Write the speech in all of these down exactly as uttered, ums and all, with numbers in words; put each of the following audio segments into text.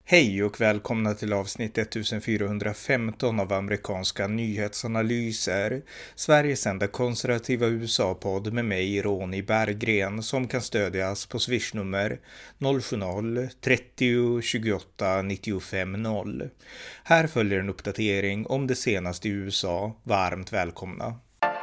Hej och välkomna till avsnitt fjortonhundrafemton av amerikanska nyhetsanalyser, Sveriges enda konservativa U S A-podd med mig, Ronny Berggren, som kan stödjas på swishnummer noll sju noll, trettio, tjugoåtta, nittiofem noll. Här följer en uppdatering om det senaste i U S A. Varmt välkomna!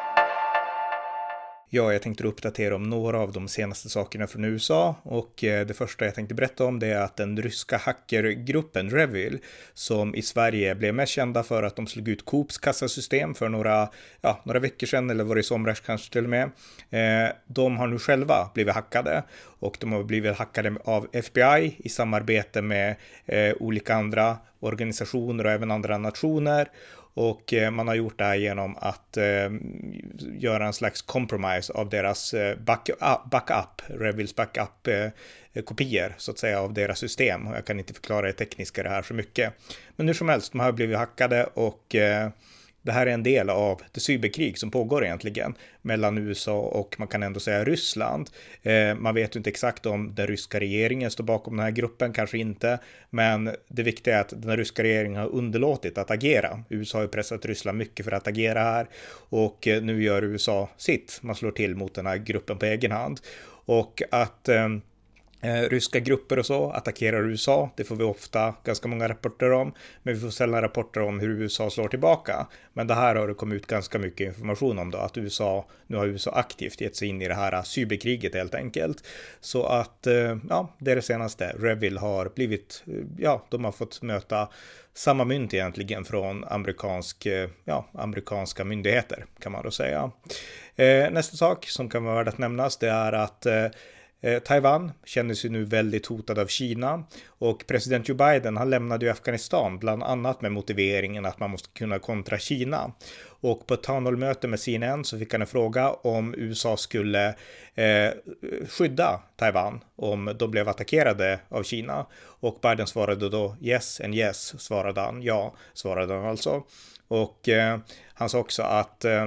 Ja, jag tänkte uppdatera om några av de senaste sakerna från U S A och det första jag tänkte berätta om det är att den ryska hackergruppen Revil, som i Sverige blev mest kända för att de slog ut Coops kassasystem för några, ja, några veckor sedan, eller var det i somras kanske till och med, eh, de har nu själva blivit hackade och de har blivit hackade av F B I i samarbete med eh, olika andra organisationer och även andra nationer. Och man har gjort det här genom att eh, göra en slags compromise av deras eh, backup, backup, Revils backup eh, kopior så att säga av deras system. Och jag kan inte förklara det tekniska det här så mycket. Men hur som helst, de har blivit hackade och eh, det här är en del av det cyberkrig som pågår egentligen mellan U S A och man kan ändå säga Ryssland. Eh, man vet ju inte exakt om den ryska regeringen står bakom den här gruppen, kanske inte. Men det viktiga är att den ryska regeringen har underlåtit att agera. U S A har ju pressat Ryssland mycket för att agera här och eh, nu gör U S A sitt. Man slår till mot den här gruppen på egen hand. Och att... Eh, Eh, ryska grupper och så attackerar U S A, det får vi ofta ganska många rapporter om, men vi får sällan rapporter om hur U S A slår tillbaka. Men det här har det kommit ut ganska mycket information om då, att U S A, nu har U S A aktivt gett sig in i det här cyberkriget helt enkelt. Så att, eh, ja, det är det senaste. Revil har blivit, ja, de har fått möta samma mynt egentligen från amerikansk, ja, amerikanska myndigheter kan man då säga. Eh, nästa sak som kan vara värd att nämnas, det är att eh, Taiwan känner sig nu väldigt hotad av Kina och president Joe Biden, han lämnade ju Afghanistan bland annat med motiveringen att man måste kunna kontra Kina. Och på ett town hall-möte med C N N så fick han en fråga om U S A skulle eh, skydda Taiwan om de blev attackerade av Kina. Och Biden svarade då yes and yes, svarade han. Ja, svarade han alltså. Och eh, han sa också att eh,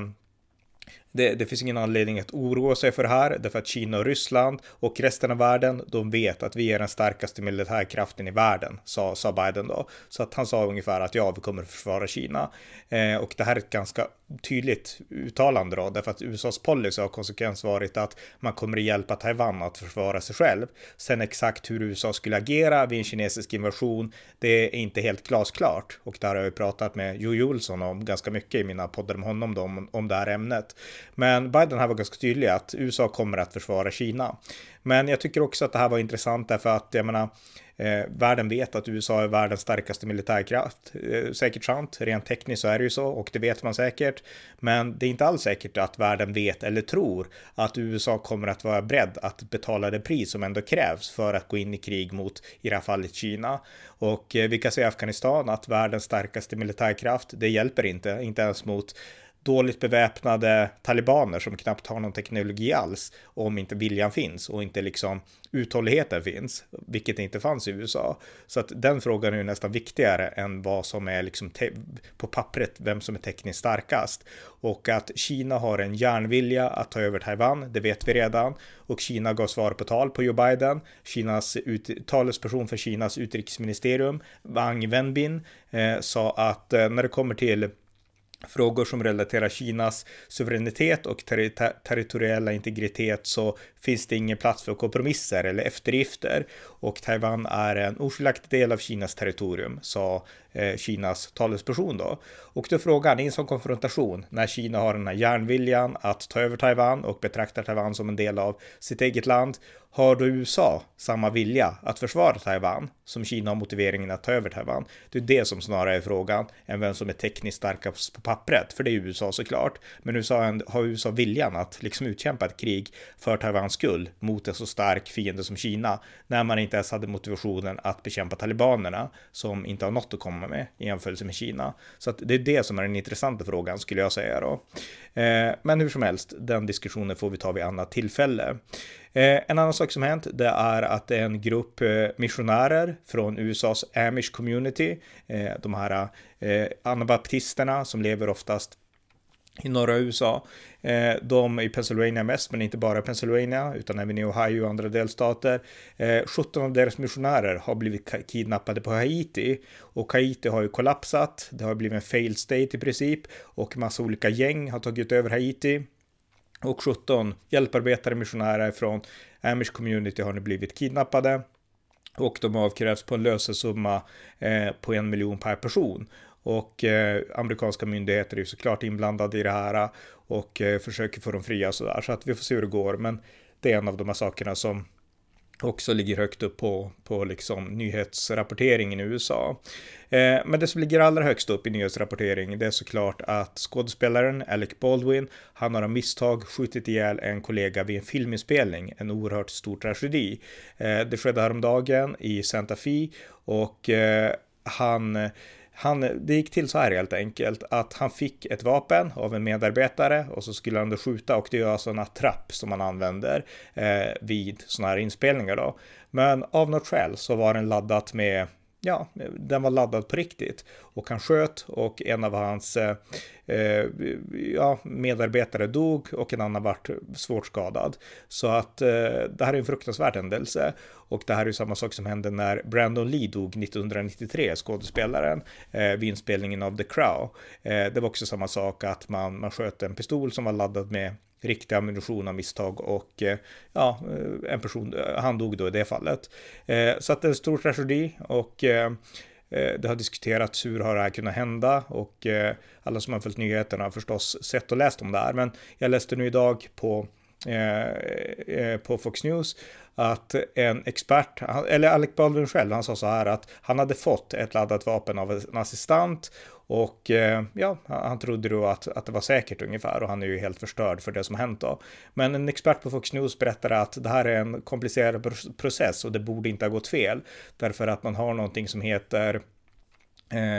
Det, det finns ingen anledning att oroa sig för det här, därför att Kina och Ryssland och resten av världen, de vet att vi är den starkaste militärkraften i världen, sa, sa Biden då. Så att han sa ungefär att ja, vi kommer att försvara Kina. Eh, och det här är ett ganska tydligt uttalande då, därför att U S A:s policy har konsekvens varit att man kommer att hjälpa Taiwan att försvara sig själv. Sen exakt hur U S A skulle agera vid en kinesisk invasion, det är inte helt glasklart. Och där har jag pratat med Joe Olsson om ganska mycket i mina poddar med honom då, om, om det här ämnet. Men Biden här var ganska tydlig att U S A kommer att försvara Kina. Men jag tycker också att det här var intressant därför att jag menar, eh, världen vet att U S A är världens starkaste militärkraft. Eh, säkert sant, rent tekniskt så är det ju så och det vet man säkert. Men det är inte alls säkert att världen vet eller tror att U S A kommer att vara beredd att betala det pris som ändå krävs för att gå in i krig mot, i det här fallet, Kina. Och eh, vi kan säga i Afghanistan att världens starkaste militärkraft, det hjälper inte, inte ens mot dåligt beväpnade talibaner som knappt har någon teknologi alls om inte viljan finns och inte liksom uthålligheten finns, vilket inte fanns i U S A. Så att den frågan är ju nästan viktigare än vad som är liksom te- på pappret, vem som är tekniskt starkast. Och att Kina har en järnvilja att ta över Taiwan, det vet vi redan. Och Kina gav svar på tal på Joe Biden. Kinas ut- talesperson för Kinas utrikesministerium, Wang Wenbin, eh, sa att eh, när det kommer till frågor som relaterar Kinas suveränitet och ter- ter- territoriella integritet så finns det ingen plats för kompromisser eller eftergifter och Taiwan är en oskiljaktig del av Kinas territorium, sa eh, Kinas talesperson då. Och då frågan, i en sån konfrontation när Kina har den här järnviljan att ta över Taiwan och betraktar Taiwan som en del av sitt eget land, har då U S A samma vilja att försvara Taiwan som Kina har motiveringen att ta över Taiwan? Det är det som snarare är frågan än vem som är tekniskt starkast på pappret, för det är U S A såklart. Men U S A har U S A viljan att liksom utkämpa ett krig för Taiwans skull mot en så stark fiende som Kina när man inte ens hade motivationen att bekämpa talibanerna som inte har något att komma med i jämförelse med Kina. Så att det är det som är den intressanta frågan, skulle jag säga då. Eh, men hur som helst, den diskussionen får vi ta vid annat tillfälle. Eh, en annan sak som hänt, det är att en grupp eh, missionärer från U S A:s Amish community, eh, de här eh, anabaptisterna som lever oftast i norra U S A. Eh, de i Pennsylvania mest, men inte bara Pennsylvania utan även i Ohio och andra delstater. Eh, sjutton av deras missionärer har blivit kidnappade på Haiti, och Haiti har ju kollapsat. Det har blivit en failed state i princip, och massa olika gäng har tagit över Haiti. Och sjutton hjälparbetare, missionärer från Amish community har nu blivit kidnappade, och de avkrävs på en lösensumma eh, på en miljon per person. Och eh, amerikanska myndigheter är ju såklart inblandade i det här och eh, försöker få dem fria och sådär. Så att vi får se hur det går. Men det är en av de här sakerna som också ligger högt upp på, på liksom nyhetsrapporteringen i U S A. Eh, men det som ligger allra högst upp i nyhetsrapportering, det är såklart att skådespelaren Alec Baldwin, han har av misstag skjutit ihjäl en kollega vid en filminspelning. En oerhört stor tragedi. Eh, det skedde häromdagen i Santa Fe, och eh, han... Han, det gick till så här helt enkelt, att han fick ett vapen av en medarbetare och så skulle han då skjuta, och det är alltså en attrapp som man använder eh, vid sådana här inspelningar då. Men av något skäl så var den laddat med, ja, den var laddad på riktigt, och han sköt, och en av hans eh, ja, medarbetare dog och en annan vart svårt skadad. Så att eh, det här är en fruktansvärd händelse, och det här är ju samma sak som hände när Brandon Lee dog nittonhundranittiotre, skådespelaren, eh, vid inspelningen av The Crow. Eh, det var också samma sak, att man, man sköt en pistol som var laddad med riktig ammunition av misstag, och eh, ja, en person, han dog då i det fallet. Eh, så att det är en stor tragedi, och eh, det har diskuterats hur har det här kunnat hända, och eh, alla som har följt nyheterna har förstås sett och läst om det här. Men jag läste nu idag på, eh, på Fox News att en expert, eller Alec Baldwin själv, han sa så här att han hade fått ett laddat vapen av en assistent, och eh, ja, han trodde då att, att det var säkert ungefär, och han är ju helt förstörd för det som hänt då. Men en expert på Fox News berättade att det här är en komplicerad process, och det borde inte ha gått fel, därför att man har någonting som heter eh,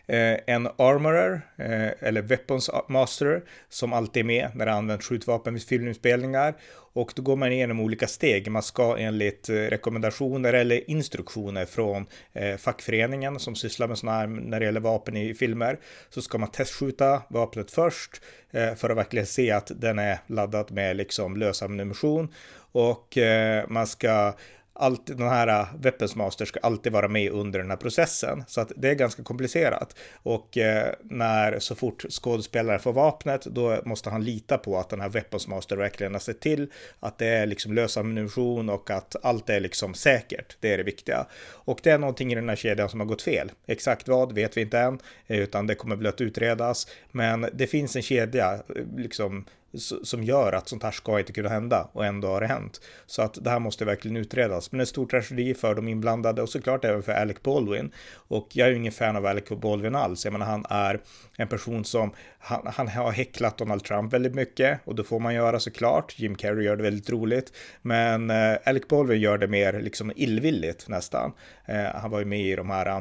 en armorer eller weapons master som alltid är med när det används skjutvapen vid filminspelningar, och då går man igenom olika steg. Man ska enligt rekommendationer eller instruktioner från fackföreningen som sysslar med sådana här, när det gäller vapen i filmer, så ska man testskjuta vapnet först för att verkligen se att den är laddad med liksom lös ammunition, och man ska Allt, den här Weapons Master ska alltid vara med under den här processen, så att det är ganska komplicerat, och eh, när så fort skådespelaren får vapnet, då måste han lita på att den här Weapons Master verkligen har sett till att det är liksom lös ammunition och att allt är liksom säkert. Det är det viktiga, och det är någonting i den här kedjan som har gått fel. Exakt vad vet vi inte än, utan det kommer väl att utredas, men det finns en kedja liksom som gör att sånt här ska inte kunna hända, och ändå har det hänt. Så att det här måste verkligen utredas. Men en stor tragedi för de inblandade, och såklart även för Alec Baldwin. Och jag är ju ingen fan av Alec Baldwin alls. Jag menar, han är en person som han, han har häcklat Donald Trump väldigt mycket, och då får man göra såklart. Jim Carrey gör det väldigt roligt, men eh, Alec Baldwin gör det mer liksom illvilligt nästan. Eh, han var ju med i de här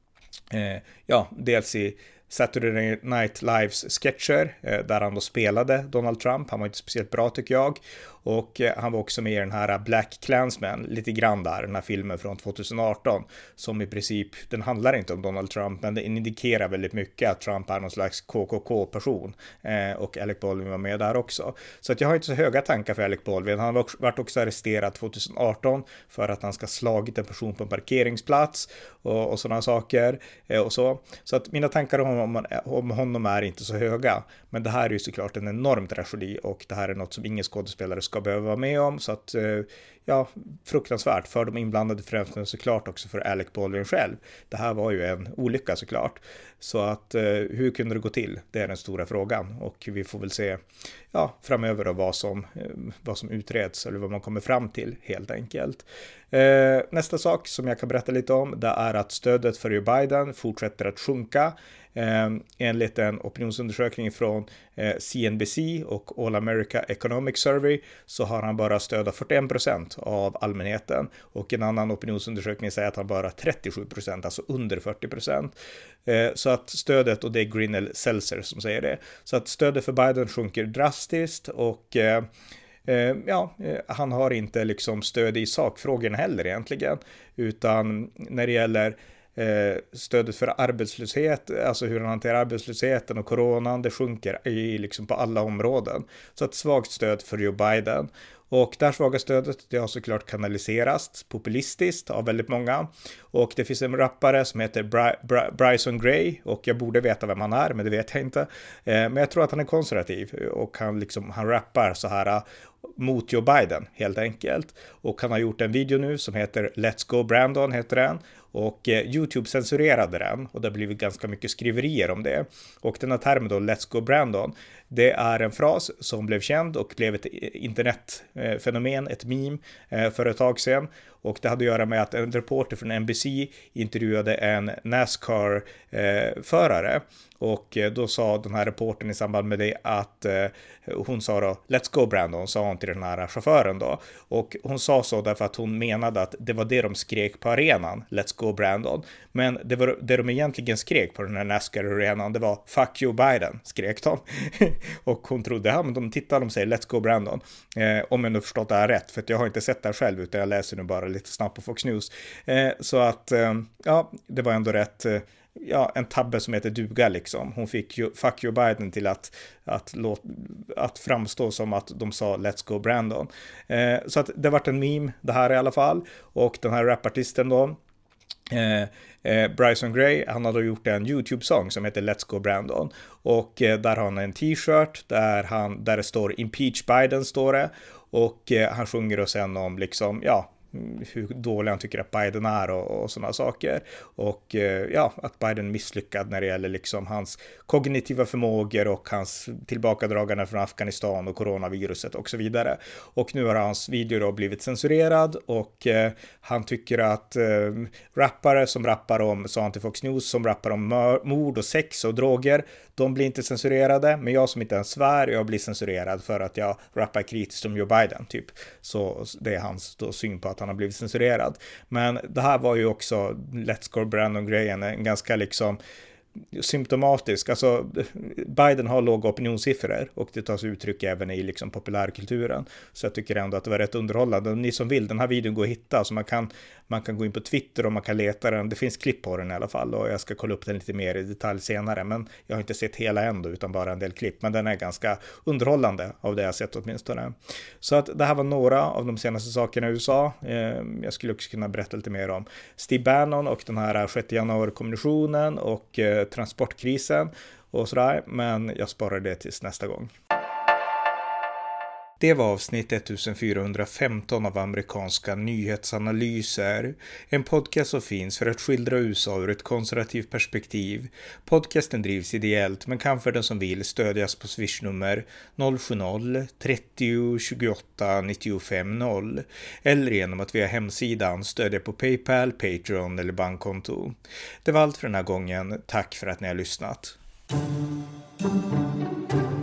eh, ja, dels i Saturday Night Lives sketcher där han då spelade Donald Trump. Han var inte speciellt bra tycker jag. Och han var också med i den här Black Klansman, lite grann där, den här filmen från tjugoarton, som i princip, den handlar inte om Donald Trump, men den indikerar väldigt mycket att Trump är någon slags K K K-person, eh, och Alec Baldwin var med där också. Så att jag har inte så höga tankar för Alec Baldwin. Han har varit också arresterad tjugoarton för att han ska ha slagit en person på en parkeringsplats och, och sådana saker, eh, och så. Så att mina tankar om, om honom är inte så höga, men det här är ju såklart en enorm tragedi, och det här är något som ingen skådespelare ska behöva vara med om, så att ja, fruktansvärt för de inblandade, främst men såklart också för Alec Baldwin själv. Det här var ju en olycka såklart, så att hur kunde det gå till? Det är den stora frågan, och vi får väl se ja, framöver då vad som, vad som utreds eller vad man kommer fram till helt enkelt. Nästa sak som jag kan berätta lite om, det är att stödet för Joe Biden fortsätter att sjunka. Eh, enligt en opinionsundersökning från eh, C N B C och All America Economic Survey så har han bara stöd av fyrtioen procent av allmänheten, och en annan opinionsundersökning säger att han bara har trettiosju procent, alltså under fyrtio procent. Eh, så att stödet, och det är Grinnell Seltzer som säger det, så att stödet för Biden sjunker drastiskt, och eh, eh, ja, eh, han har inte liksom stöd i sakfrågorna heller egentligen, utan när det gäller Eh, stödet för arbetslöshet, alltså hur han hanterar arbetslösheten och coronan, det sjunker i, liksom på alla områden. Så ett svagt stöd för Joe Biden. Och det här svaga stödet, det har såklart kanaliserats populistiskt av väldigt många. Och det finns en rappare som heter Bry- Bry- Bryson Gray, och jag borde veta vem han är, men det vet jag inte. Eh, men jag tror att han är konservativ, och han, liksom, han rappar så här mot Joe Biden helt enkelt. Och han har gjort en video nu som heter Let's Go Brandon, heter den. Och eh, YouTube censurerade den, och det har blivit ganska mycket skriverier om det. Och den här termen då, Let's Go Brandon, det är en fras som blev känd och blev ett internetfenomen, ett meme eh, för ett tag sedan. Och det hade att göra med att en reporter från N B C intervjuade en NASCAR-förare. Eh, och då sa den här reportern i samband med det att eh, hon sa då, Let's go Brandon, sa hon till den här chauffören då. Och hon sa så därför att hon menade att det var det de skrek på arenan, Let's go Brandon. Men det, var, det de egentligen skrek på den här NASCAR-arenan, det var Fuck you Biden, skrek de. Och hon trodde, ja men de tittar, de säger Let's go Brandon. Eh, om jag nu förstått det här rätt, för att jag har inte sett det här själv, utan jag läser nu bara lite snabbt på Fox News. Eh, så att, eh, ja, det var ändå rätt... Eh, ja, en tabbe som heter duga liksom. Hon fick ju Fuck Joe Biden till att, att, låt, att framstå som att de sa Let's go Brandon. Eh, så att det varit en meme det här i alla fall. Och den här rapartisten då, eh, eh, Bryson Gray, han har då gjort en YouTube-sång som heter Let's go Brandon. Och eh, där har han en t-shirt där, han, där det står Impeach Biden, står det. Och eh, han sjunger då sen om liksom, ja, hur dålig han tycker att Biden är och, och sådana saker. Och eh, ja, att Biden misslyckad när det gäller liksom hans kognitiva förmågor och hans tillbakadragande från Afghanistan och coronaviruset och så vidare. Och nu har hans video då blivit censurerad, och eh, han tycker att eh, rappare som rappar om, sa han till Fox News, som rappar om mör- mord och sex och droger, de blir inte censurerade, men jag som inte ens svär, jag blir censurerad för att jag rappar kritiskt om Joe Biden, typ. Så det är hans då syn på att han har blivit censurerad. Men det här var ju också Let's Go Brandon-grejen, en ganska liksom symptomatisk. Alltså Biden har låga opinionssiffror, och det tar sig uttryck även i liksom populärkulturen. Så jag tycker ändå att det var rätt underhållande. Och ni som vill, den här videon går att hitta, så man kan, man kan gå in på Twitter och man kan leta den. Det finns klipp på den i alla fall, och jag ska kolla upp den lite mer i detalj senare, men jag har inte sett hela ändå, utan bara en del klipp. Men den är ganska underhållande av det jag sett åtminstone. Så att det här var några av de senaste sakerna i U S A. Jag skulle också kunna berätta lite mer om Steve Bannon och den här sjätte januari-kommissionen och transportkrisen och sådär, men jag sparar det tills nästa gång. Det var avsnitt fjortonhundrafemton av amerikanska nyhetsanalyser. En podcast som finns för att skildra U S A ur ett konservativt perspektiv. Podcasten drivs ideellt, men kan för den som vill stödjas på swishnummer noll sju noll trettio tjugoåtta nittiofem noll eller genom att via hemsidan stödja på PayPal, Patreon eller bankkonto. Det var allt för den här gången. Tack för att ni har lyssnat.